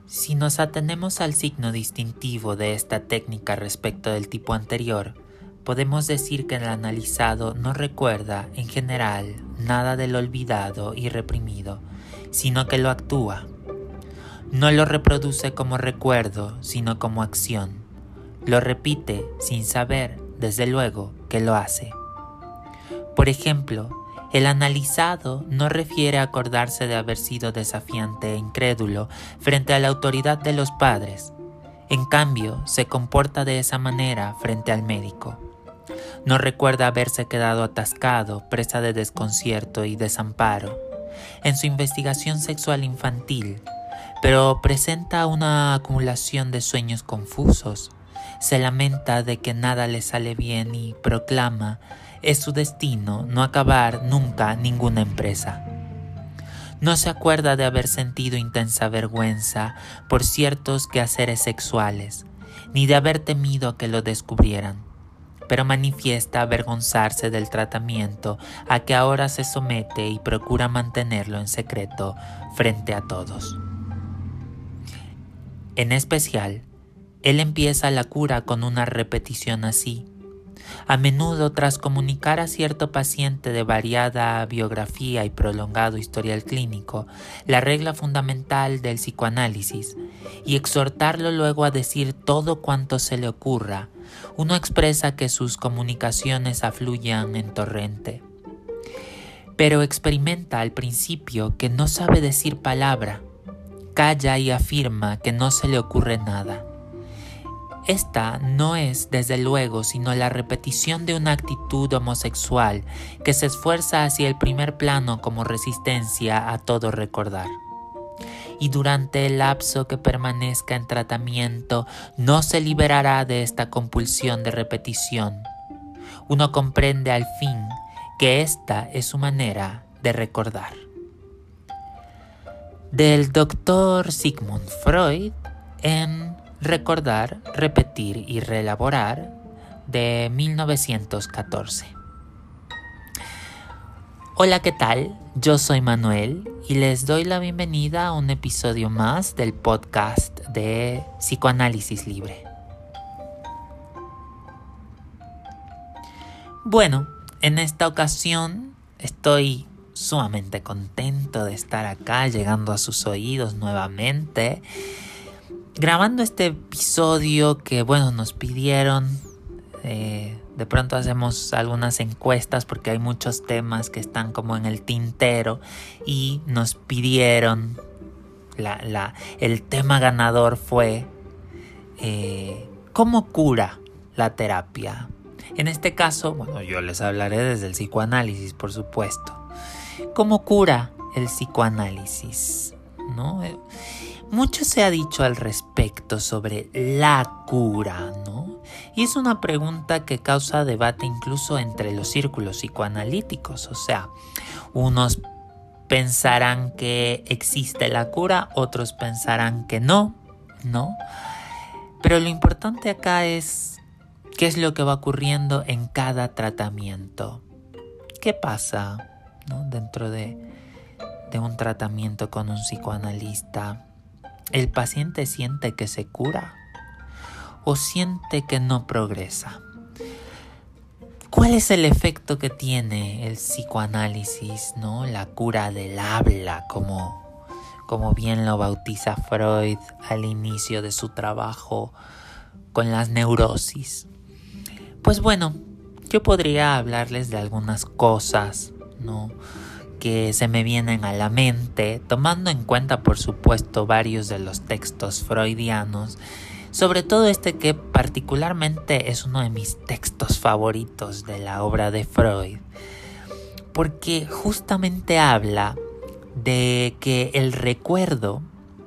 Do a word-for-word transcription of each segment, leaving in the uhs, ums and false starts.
Si nos atenemos al signo distintivo de esta técnica respecto del tipo anterior, podemos decir que el analizado no recuerda, en general, nada del olvidado y reprimido, sino que lo actúa. No lo reproduce como recuerdo, sino como acción. Lo repite sin saber, desde luego, que lo hace. Por ejemplo, el analizado no refiere a acordarse de haber sido desafiante e incrédulo frente a la autoridad de los padres. En cambio, se comporta de esa manera frente al médico. No recuerda haberse quedado atascado, presa de desconcierto y desamparo en su investigación sexual infantil, pero presenta una acumulación de sueños confusos. Se lamenta de que nada le sale bien y proclama es su destino no acabar nunca ninguna empresa. No se acuerda de haber sentido intensa vergüenza por ciertos quehaceres sexuales, ni de haber temido que lo descubrieran, pero manifiesta avergonzarse del tratamiento a que ahora se somete y procura mantenerlo en secreto frente a todos. En especial, él empieza la cura con una repetición así. A menudo, tras comunicar a cierto paciente de variada biografía y prolongado historial clínico la regla fundamental del psicoanálisis y exhortarlo luego a decir todo cuanto se le ocurra, uno expresa que sus comunicaciones afluyan en torrente. Pero experimenta al principio que no sabe decir palabra, calla y afirma que no se le ocurre nada. Esta no es, desde luego, sino la repetición de una actitud homosexual que se esfuerza hacia el primer plano como resistencia a todo recordar. Y durante el lapso que permanezca en tratamiento, no se liberará de esta compulsión de repetición. Uno comprende al fin que esta es su manera de recordar. Del doctor Sigmund Freud en Recordar, repetir y reelaborar, de mil novecientos catorce. Hola, ¿qué tal? Yo soy Manuel y les doy la bienvenida a un episodio más del podcast de Psicoanálisis Libre. Bueno, en esta ocasión estoy sumamente contento de estar acá, llegando a sus oídos nuevamente, grabando este episodio que, bueno, nos pidieron. Eh, de pronto hacemos algunas encuestas porque hay muchos temas que están como en el tintero y nos pidieron, la, la, el tema ganador fue eh, ¿cómo cura la terapia? En este caso, bueno, yo les hablaré desde el psicoanálisis, por supuesto. ¿Cómo cura el psicoanálisis? ¿No? Mucho se ha dicho al respecto sobre la cura, ¿no? Y es una pregunta que causa debate incluso entre los círculos psicoanalíticos. O sea, unos pensarán que existe la cura, otros pensarán que no, ¿no? Pero lo importante acá es qué es lo que va ocurriendo en cada tratamiento. ¿Qué pasa, ¿no? dentro de, de un tratamiento con un psicoanalista? ¿El paciente siente que se cura o siente que no progresa? ¿Cuál es el efecto que tiene el psicoanálisis, ¿no? La cura del habla, como, como bien lo bautiza Freud al inicio de su trabajo con las neurosis? Pues bueno, yo podría hablarles de algunas cosas, ¿no?, que se me vienen a la mente, tomando en cuenta, por supuesto, varios de los textos freudianos, sobre todo este que particularmente es uno de mis textos favoritos de la obra de Freud, porque justamente habla de que el recuerdo,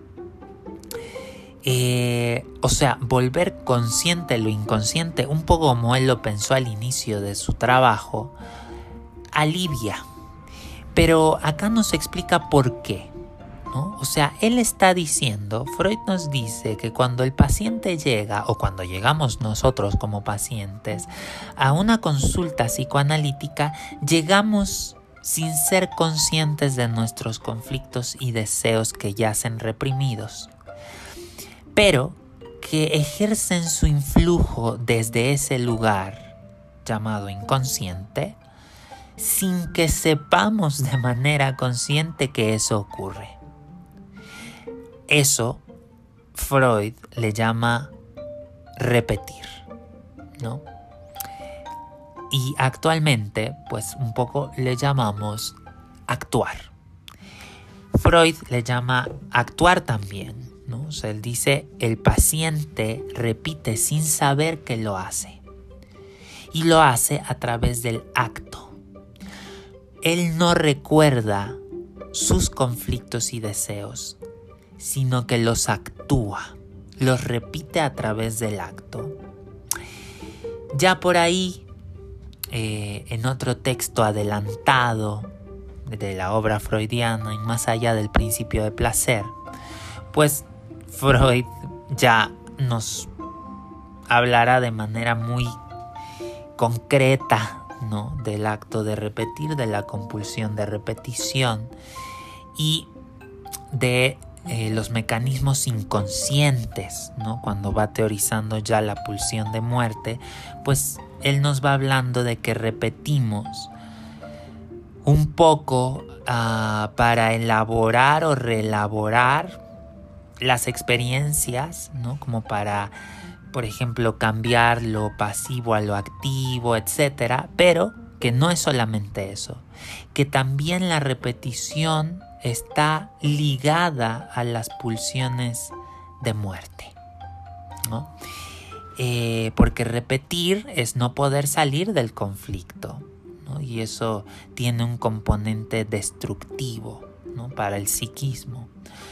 eh, o sea, volver consciente lo inconsciente, un poco como él lo pensó al inicio de su trabajo, alivia. Pero acá nos explica por qué, ¿no? O sea, él está diciendo, Freud nos dice que cuando el paciente llega, o cuando llegamos nosotros como pacientes, a una consulta psicoanalítica, llegamos sin ser conscientes de nuestros conflictos y deseos que yacen reprimidos. pero que ejercen su influjo desde ese lugar llamado inconsciente, sin que sepamos de manera consciente que eso ocurre. Eso Freud le llama repetir, ¿no? Y actualmente, pues un poco le llamamos actuar. Freud le llama actuar también, ¿no? O sea, él dice, el paciente repite sin saber que lo hace. Y lo hace a través del acto. Él no recuerda sus conflictos y deseos, sino que los actúa, los repite a través del acto. Ya por ahí, eh, en otro texto adelantado de la obra freudiana, y más allá del principio de placer, pues Freud ya nos hablará de manera muy concreta, ¿no?, del acto de repetir, de la compulsión de repetición y de eh, los mecanismos inconscientes, ¿no? Cuando va teorizando ya la pulsión de muerte, pues él nos va hablando de que repetimos un poco uh, para elaborar o reelaborar las experiencias, ¿no? Como para, por ejemplo, cambiar lo pasivo a lo activo, etcétera, pero que no es solamente eso, que también la repetición está ligada a las pulsiones de muerte, ¿no? Eh, porque repetir es no poder salir del conflicto, ¿no? Y eso tiene un componente destructivo, ¿no?, para el psiquismo.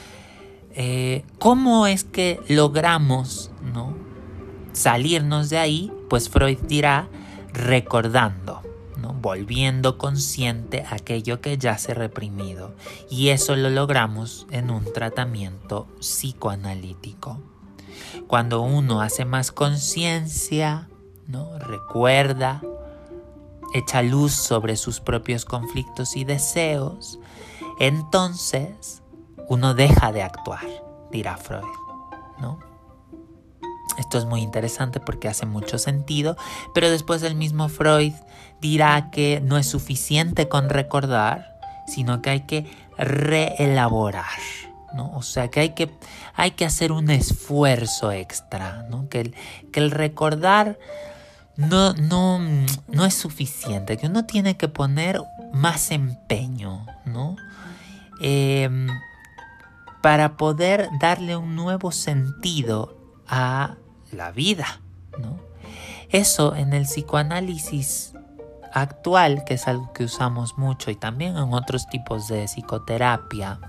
Eh, ¿Cómo es que logramos, ¿no?, salirnos de ahí? Pues Freud dirá recordando, ¿no?, volviendo consciente aquello que ya se ha reprimido. Y eso lo logramos en un tratamiento psicoanalítico. Cuando uno hace más conciencia, ¿no?, recuerda, echa luz sobre sus propios conflictos y deseos, entonces uno deja de actuar, dirá Freud, ¿no? Esto es muy interesante porque hace mucho sentido, pero después el mismo Freud dirá que no es suficiente con recordar, sino que hay que reelaborar, ¿no? O sea, que hay que, hay que hacer un esfuerzo extra, ¿no? Que el, que el recordar no, no, no es suficiente, que uno tiene que poner más empeño, ¿no? Eh, para poder darle un nuevo sentido a la vida, ¿no? Eso en el psicoanálisis actual, que es algo que usamos mucho y también en otros tipos de psicoterapia,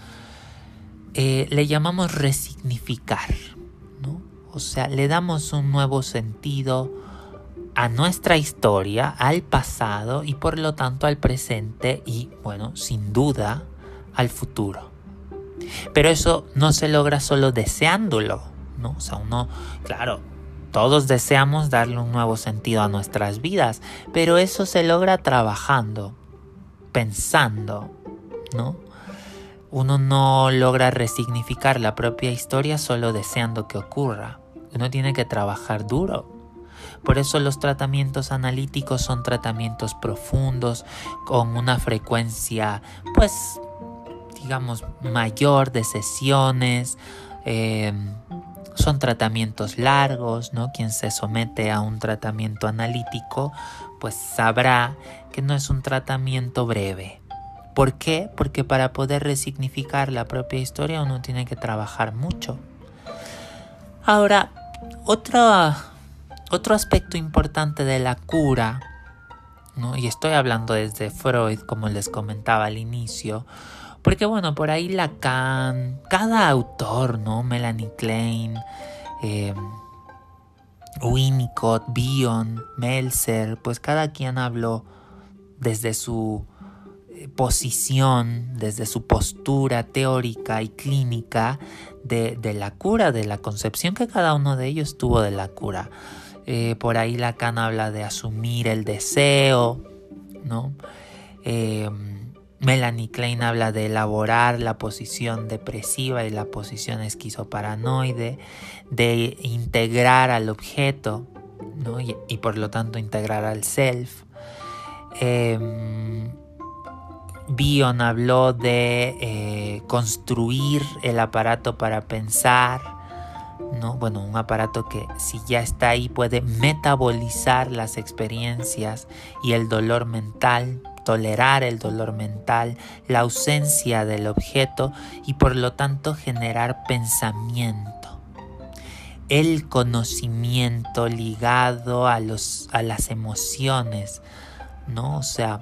eh, le llamamos resignificar, ¿no? O sea, le damos un nuevo sentido a nuestra historia, al pasado y por lo tanto al presente y, bueno, sin duda, al futuro. Pero eso no se logra solo deseándolo, ¿no? O sea, uno, claro, todos deseamos darle un nuevo sentido a nuestras vidas, pero eso se logra trabajando, pensando, ¿no? Uno no logra resignificar la propia historia solo deseando que ocurra. Uno tiene que trabajar duro. Por eso los tratamientos analíticos son tratamientos profundos, con una frecuencia, pues, digamos, mayor de sesiones. Eh, son tratamientos largos, ¿no? Quien se somete a un tratamiento analítico, pues sabrá que no es un tratamiento breve. ¿Por qué? Porque para poder resignificar la propia historia uno tiene que trabajar mucho. Ahora, otro, otro aspecto importante de la cura, ¿no? Y estoy hablando desde Freud, como les comentaba al inicio, porque bueno, por ahí Lacan, cada autor, ¿no? Melanie Klein, eh, Winnicott, Bion, Meltzer, pues cada quien habló desde su posición, desde su postura teórica y clínica de, de la cura, de la concepción que cada uno de ellos tuvo de la cura. Eh, por ahí Lacan habla de asumir el deseo, ¿no? Eh, Melanie Klein habla de elaborar la posición depresiva y la posición esquizoparanoide, de integrar al objeto, ¿no? y, y por lo tanto integrar al self. Eh, Bion habló de eh, construir el aparato para pensar, ¿no? Bueno, un aparato que si ya está ahí puede metabolizar las experiencias y el dolor mental, tolerar el dolor mental, la ausencia del objeto y por lo tanto generar pensamiento. El conocimiento ligado a, los, a las emociones, ¿no? O sea,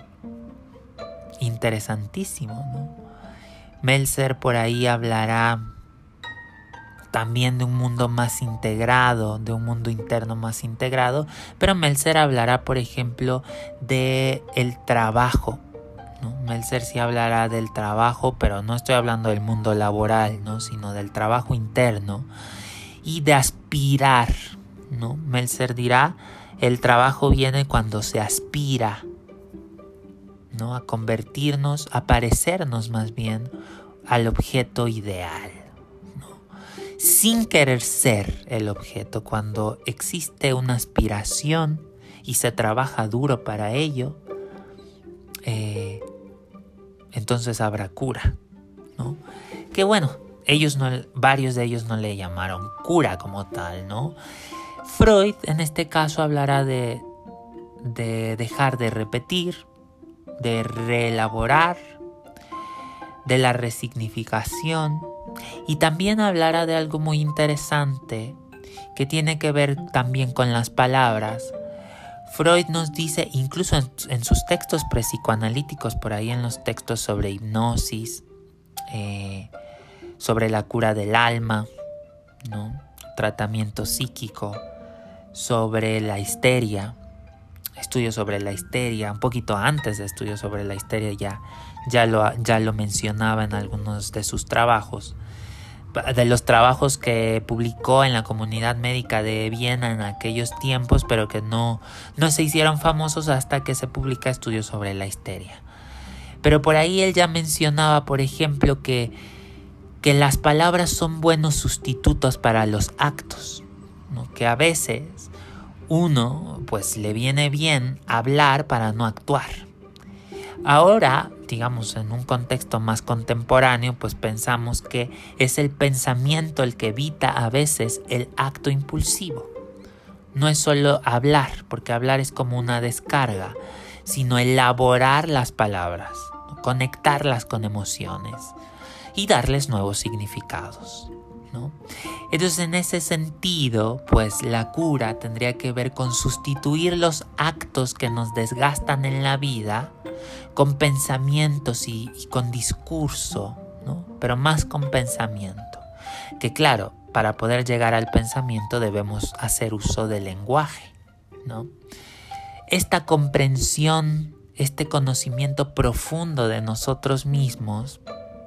interesantísimo, ¿no? Meltzer por ahí hablará también de un mundo más integrado, de un mundo interno más integrado, pero Meltzer hablará, por ejemplo, de el trabajo, ¿no? Meltzer sí hablará del trabajo, pero no estoy hablando del mundo laboral, ¿no? Sino del trabajo interno y de aspirar, ¿no? Meltzer dirá, el trabajo viene cuando se aspira, ¿no? A convertirnos, a parecernos más bien al objeto ideal, sin querer ser el objeto. Cuando existe una aspiración y se trabaja duro para ello, eh, entonces habrá cura, ¿no? Que bueno, ellos no, varios de ellos no le llamaron cura como tal, ¿no? Freud en este caso hablará de, de dejar de repetir, de reelaborar, de la resignificación. Y también hablará de algo muy interesante que tiene que ver también con las palabras. Freud nos dice, incluso en, en sus textos prepsicoanalíticos, por ahí en los textos sobre hipnosis, eh, sobre la cura del alma, ¿no? Tratamiento psíquico, sobre la histeria, estudios sobre la histeria, un poquito antes de estudios sobre la histeria ya, ya, lo, ya lo mencionaba en algunos de sus trabajos, de los trabajos que publicó en la Comunidad Médica de Viena en aquellos tiempos, pero que no, no se hicieron famosos hasta que se publica estudios sobre la histeria. Pero por ahí él ya mencionaba, por ejemplo, que, que las palabras son buenos sustitutos para los actos, ¿no? Que a veces uno pues le viene bien hablar para no actuar. Ahora, digamos, en un contexto más contemporáneo, pues pensamos que es el pensamiento el que evita a veces el acto impulsivo. No es solo hablar, porque hablar es como una descarga, sino elaborar las palabras, ¿no? Conectarlas con emociones y darles nuevos significados, ¿no? Entonces, en ese sentido, pues la cura tendría que ver con sustituir los actos que nos desgastan en la vida con pensamientos y, y con discurso, ¿no? Pero más con pensamiento. Que claro, para poder llegar al pensamiento debemos hacer uso del lenguaje, ¿no? Esta comprensión, este conocimiento profundo de nosotros mismos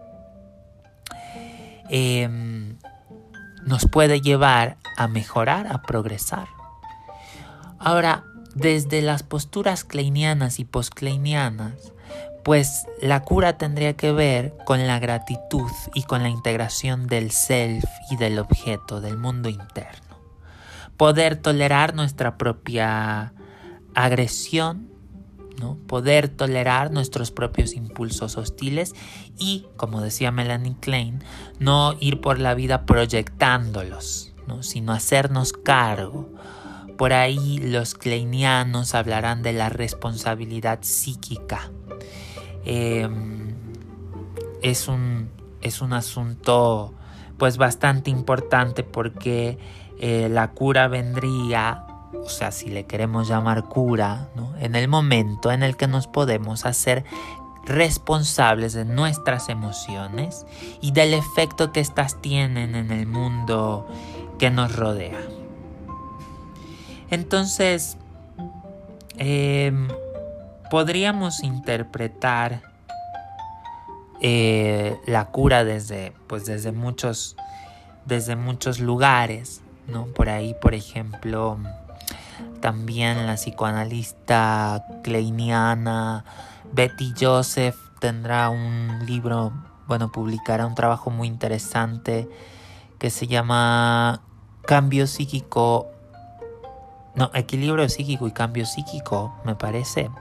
eh, nos puede llevar a mejorar, a progresar. Ahora, desde las posturas kleinianas y postkleinianas, pues la cura tendría que ver con la gratitud y con la integración del self y del objeto, del mundo interno. Poder tolerar nuestra propia agresión, ¿no? Poder tolerar nuestros propios impulsos hostiles y, como decía Melanie Klein, no ir por la vida proyectándolos, ¿no? Sino hacernos cargo. Por ahí los kleinianos hablarán de la responsabilidad psíquica. Eh, es un, es un asunto pues bastante importante porque eh, la cura vendría, o sea, si le queremos llamar cura, ¿no? En el momento en el que nos podemos hacer responsables de nuestras emociones y del efecto que éstas tienen en el mundo que nos rodea. Entonces, eh, podríamos interpretar eh, la cura desde, pues desde muchos, desde muchos lugares, ¿no? Por ahí, por ejemplo, también la psicoanalista kleiniana Betty Joseph tendrá un libro, bueno, publicará un trabajo muy interesante que se llama Cambio Psíquico, no, Equilibrio Psíquico y Cambio Psíquico, me parece,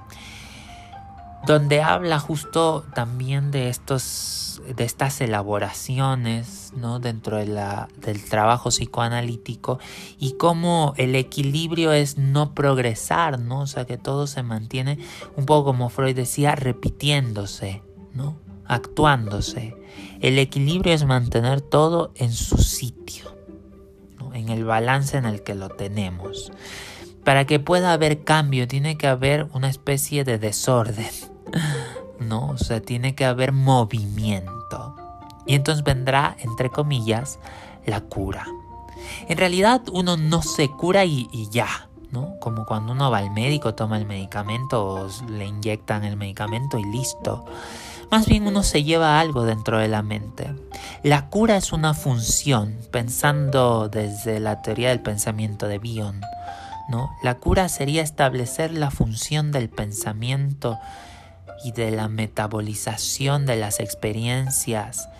donde habla justo también de estos, de estas elaboraciones, ¿no? Dentro de la, del trabajo psicoanalítico, y cómo el equilibrio es no progresar, ¿no? O sea, que todo se mantiene un poco como Freud decía, repitiéndose, ¿no? Actuándose. El equilibrio es mantener todo en su sitio, ¿no? En el balance en el que lo tenemos. Para que pueda haber cambio tiene que haber una especie de desorden, ¿no? O sea, tiene que haber movimiento. Y entonces vendrá, entre comillas, la cura. En realidad uno no se cura y, y ya, ¿no? Como cuando uno va al médico, toma el medicamento o le inyectan el medicamento y listo. Más bien uno se lleva algo dentro de la mente. La cura es una función, pensando desde la teoría del pensamiento de Bion, ¿no? La cura sería establecer la función del pensamiento y de la metabolización de las experiencias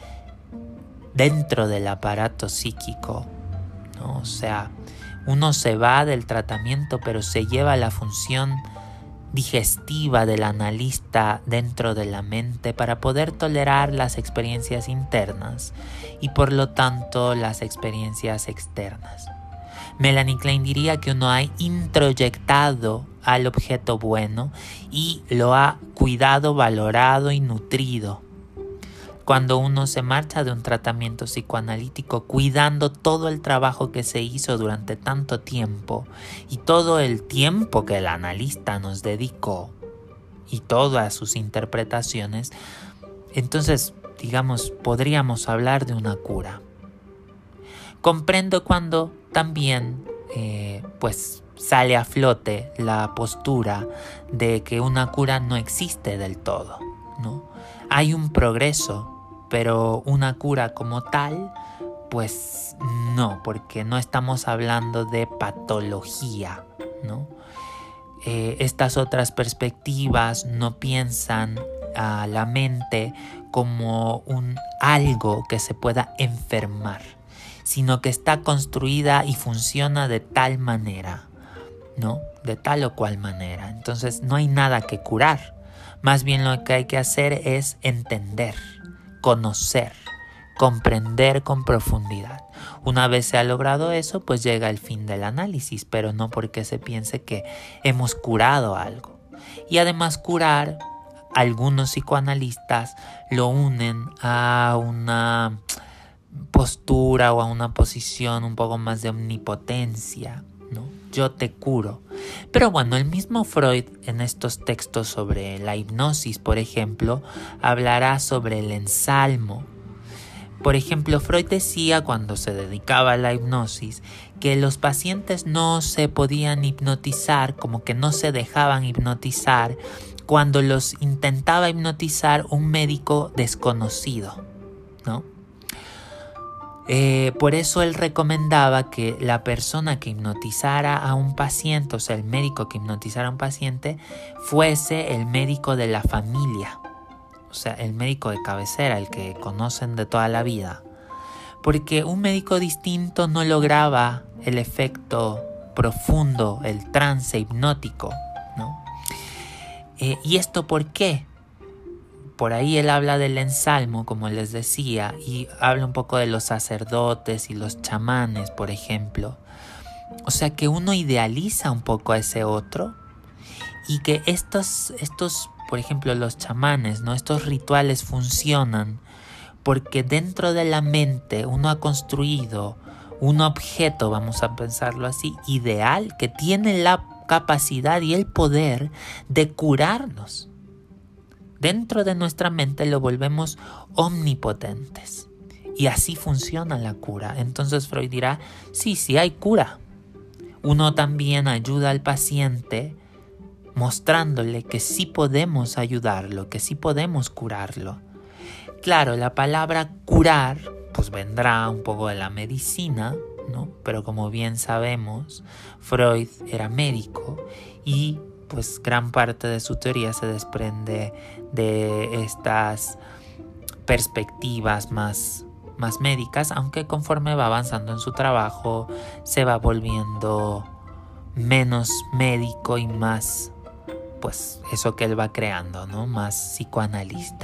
dentro del aparato psíquico, ¿no? O sea, uno se va del tratamiento, pero se lleva la función digestiva del analista dentro de la mente para poder tolerar las experiencias internas y por lo tanto las experiencias externas. Melanie Klein diría que uno ha introyectado al objeto bueno y lo ha cuidado, valorado y nutrido. Cuando uno se marcha de un tratamiento psicoanalítico cuidando todo el trabajo que se hizo durante tanto tiempo y todo el tiempo que el analista nos dedicó y todas sus interpretaciones, entonces, digamos, podríamos hablar de una cura. Comprendo cuando también eh, pues sale a flote la postura de que una cura no existe del todo, ¿no? Hay un progreso, pero una cura como tal, pues no, porque no estamos hablando de patología, ¿no? Eh, estas otras perspectivas no piensan a la mente como un algo que se pueda enfermar, sino que está construida y funciona de tal manera, ¿no? De tal o cual manera. Entonces no hay nada que curar. Más bien lo que hay que hacer es entender, conocer, comprender con profundidad. Una vez se ha logrado eso, pues llega el fin del análisis, pero no porque se piense que hemos curado algo. Y además curar, algunos psicoanalistas lo unen a una postura o a una posición un poco más de omnipotencia, ¿no? Yo te curo. Pero bueno, el mismo Freud en estos textos sobre la hipnosis, por ejemplo, hablará sobre el ensalmo. Por ejemplo, Freud decía cuando se dedicaba a la hipnosis que los pacientes no se podían hipnotizar, como que no se dejaban hipnotizar cuando los intentaba hipnotizar un médico desconocido, ¿no? Eh, por eso él recomendaba que la persona que hipnotizara a un paciente, o sea, el médico que hipnotizara a un paciente, fuese el médico de la familia, o sea, el médico de cabecera, el que conocen de toda la vida. Porque un médico distinto no lograba el efecto profundo, el trance hipnótico, ¿no? Eh, ¿Y esto por qué? Por ahí él habla del ensalmo, como les decía, y habla un poco de los sacerdotes y los chamanes, por ejemplo. O sea que uno idealiza un poco a ese otro y que estos, estos por ejemplo, los chamanes, ¿no? Estos rituales funcionan porque dentro de la mente uno ha construido un objeto, vamos a pensarlo así, ideal, que tiene la capacidad y el poder de curarnos. Dentro de nuestra mente lo volvemos omnipotentes. Y así funciona la cura. Entonces Freud dirá, sí, sí hay cura. Uno también ayuda al paciente mostrándole que sí podemos ayudarlo, que sí podemos curarlo. Claro, la palabra curar pues vendrá un poco de la medicina, ¿no? Pero como bien sabemos, Freud era médico y pues gran parte de su teoría se desprende de estas perspectivas más, más médicas, aunque conforme va avanzando en su trabajo se va volviendo menos médico y más, pues eso que él va creando, ¿no? Más psicoanalista.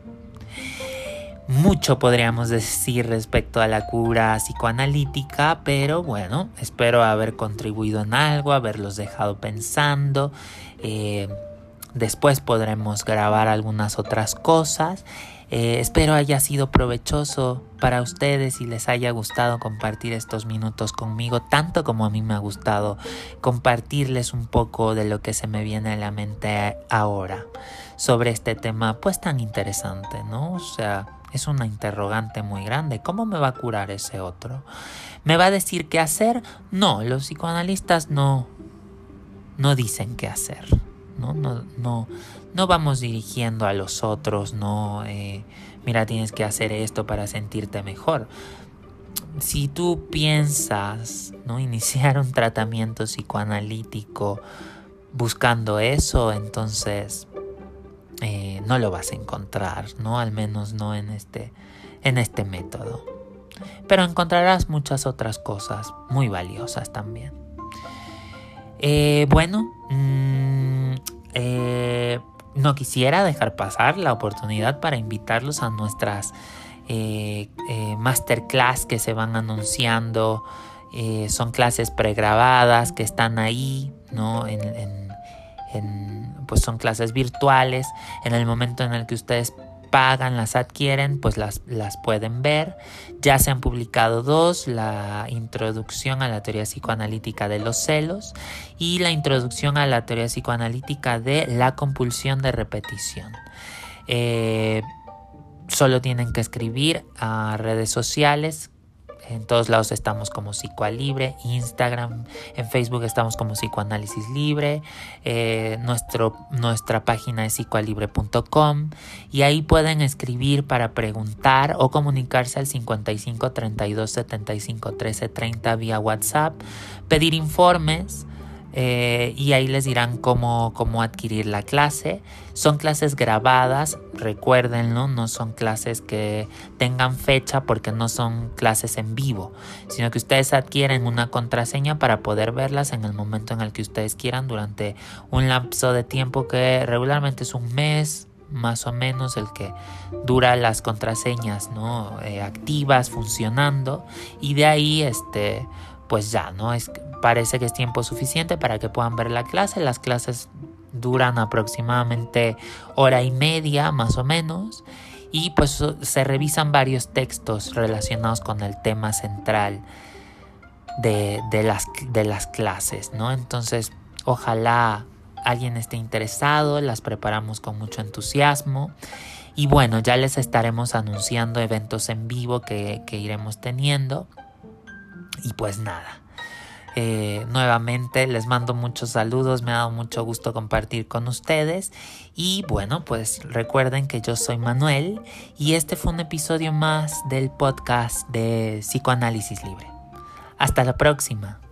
Mucho podríamos decir respecto a la cura psicoanalítica, pero bueno, espero haber contribuido en algo, haberlos dejado pensando. Eh, después podremos grabar algunas otras cosas. Eh, espero haya sido provechoso para ustedes y les haya gustado compartir estos minutos conmigo, tanto como a mí me ha gustado compartirles un poco de lo que se me viene a la mente ahora sobre este tema pues tan interesante, ¿no? O sea, es una interrogante muy grande. ¿Cómo me va a curar ese otro? ¿Me va a decir qué hacer? No, los psicoanalistas no, no dicen qué hacer. No, no, no, no vamos dirigiendo a los otros, no, eh, mira, tienes que hacer esto para sentirte mejor. Si tú piensas, ¿no?, iniciar un tratamiento psicoanalítico buscando eso, entonces eh, no lo vas a encontrar, ¿no? Al menos no en este, en este método. Pero encontrarás muchas otras cosas muy valiosas también. Eh, bueno, mmm, eh, no quisiera dejar pasar la oportunidad para invitarlos a nuestras eh, eh, masterclass que se van anunciando. Eh, son clases pregrabadas que están ahí, ¿no? En, en, en, pues son clases virtuales. En el momento en el que ustedes pagan, las adquieren, pues las, las pueden ver. Ya se han publicado dos: la introducción a la teoría psicoanalítica de los celos y la introducción a la teoría psicoanalítica de la compulsión de repetición. Eh, solo tienen que escribir a redes sociales. En todos lados estamos como Psicoalibre, Instagram, en Facebook estamos como Psicoanálisis Libre, eh, nuestro, nuestra página es psicoalibre punto com y ahí pueden escribir para preguntar o comunicarse al cincuenta y cinco, treinta y dos, setenta y cinco, trece, treinta vía WhatsApp, pedir informes. Eh, y ahí les dirán cómo, cómo adquirir la clase. Son clases grabadas, recuérdenlo, no son clases que tengan fecha porque no son clases en vivo, sino que ustedes adquieren una contraseña para poder verlas en el momento en el que ustedes quieran durante un lapso de tiempo que regularmente es un mes, más o menos, el que dura las contraseñas, ¿no? Eh, activas, funcionando, y de ahí este pues ya, ¿no? Es, parece que es tiempo suficiente para que puedan ver la clase. Las clases duran aproximadamente hora y media, más o menos, y pues se revisan varios textos relacionados con el tema central de, de, las, de las clases, ¿no? Entonces, ojalá alguien esté interesado, las preparamos con mucho entusiasmo. Y bueno, ya les estaremos anunciando eventos en vivo que, que iremos teniendo. Y pues nada, eh, nuevamente les mando muchos saludos, me ha dado mucho gusto compartir con ustedes. Y bueno, pues recuerden que yo soy Manuel y este fue un episodio más del podcast de Psicoanálisis Libre. Hasta la próxima.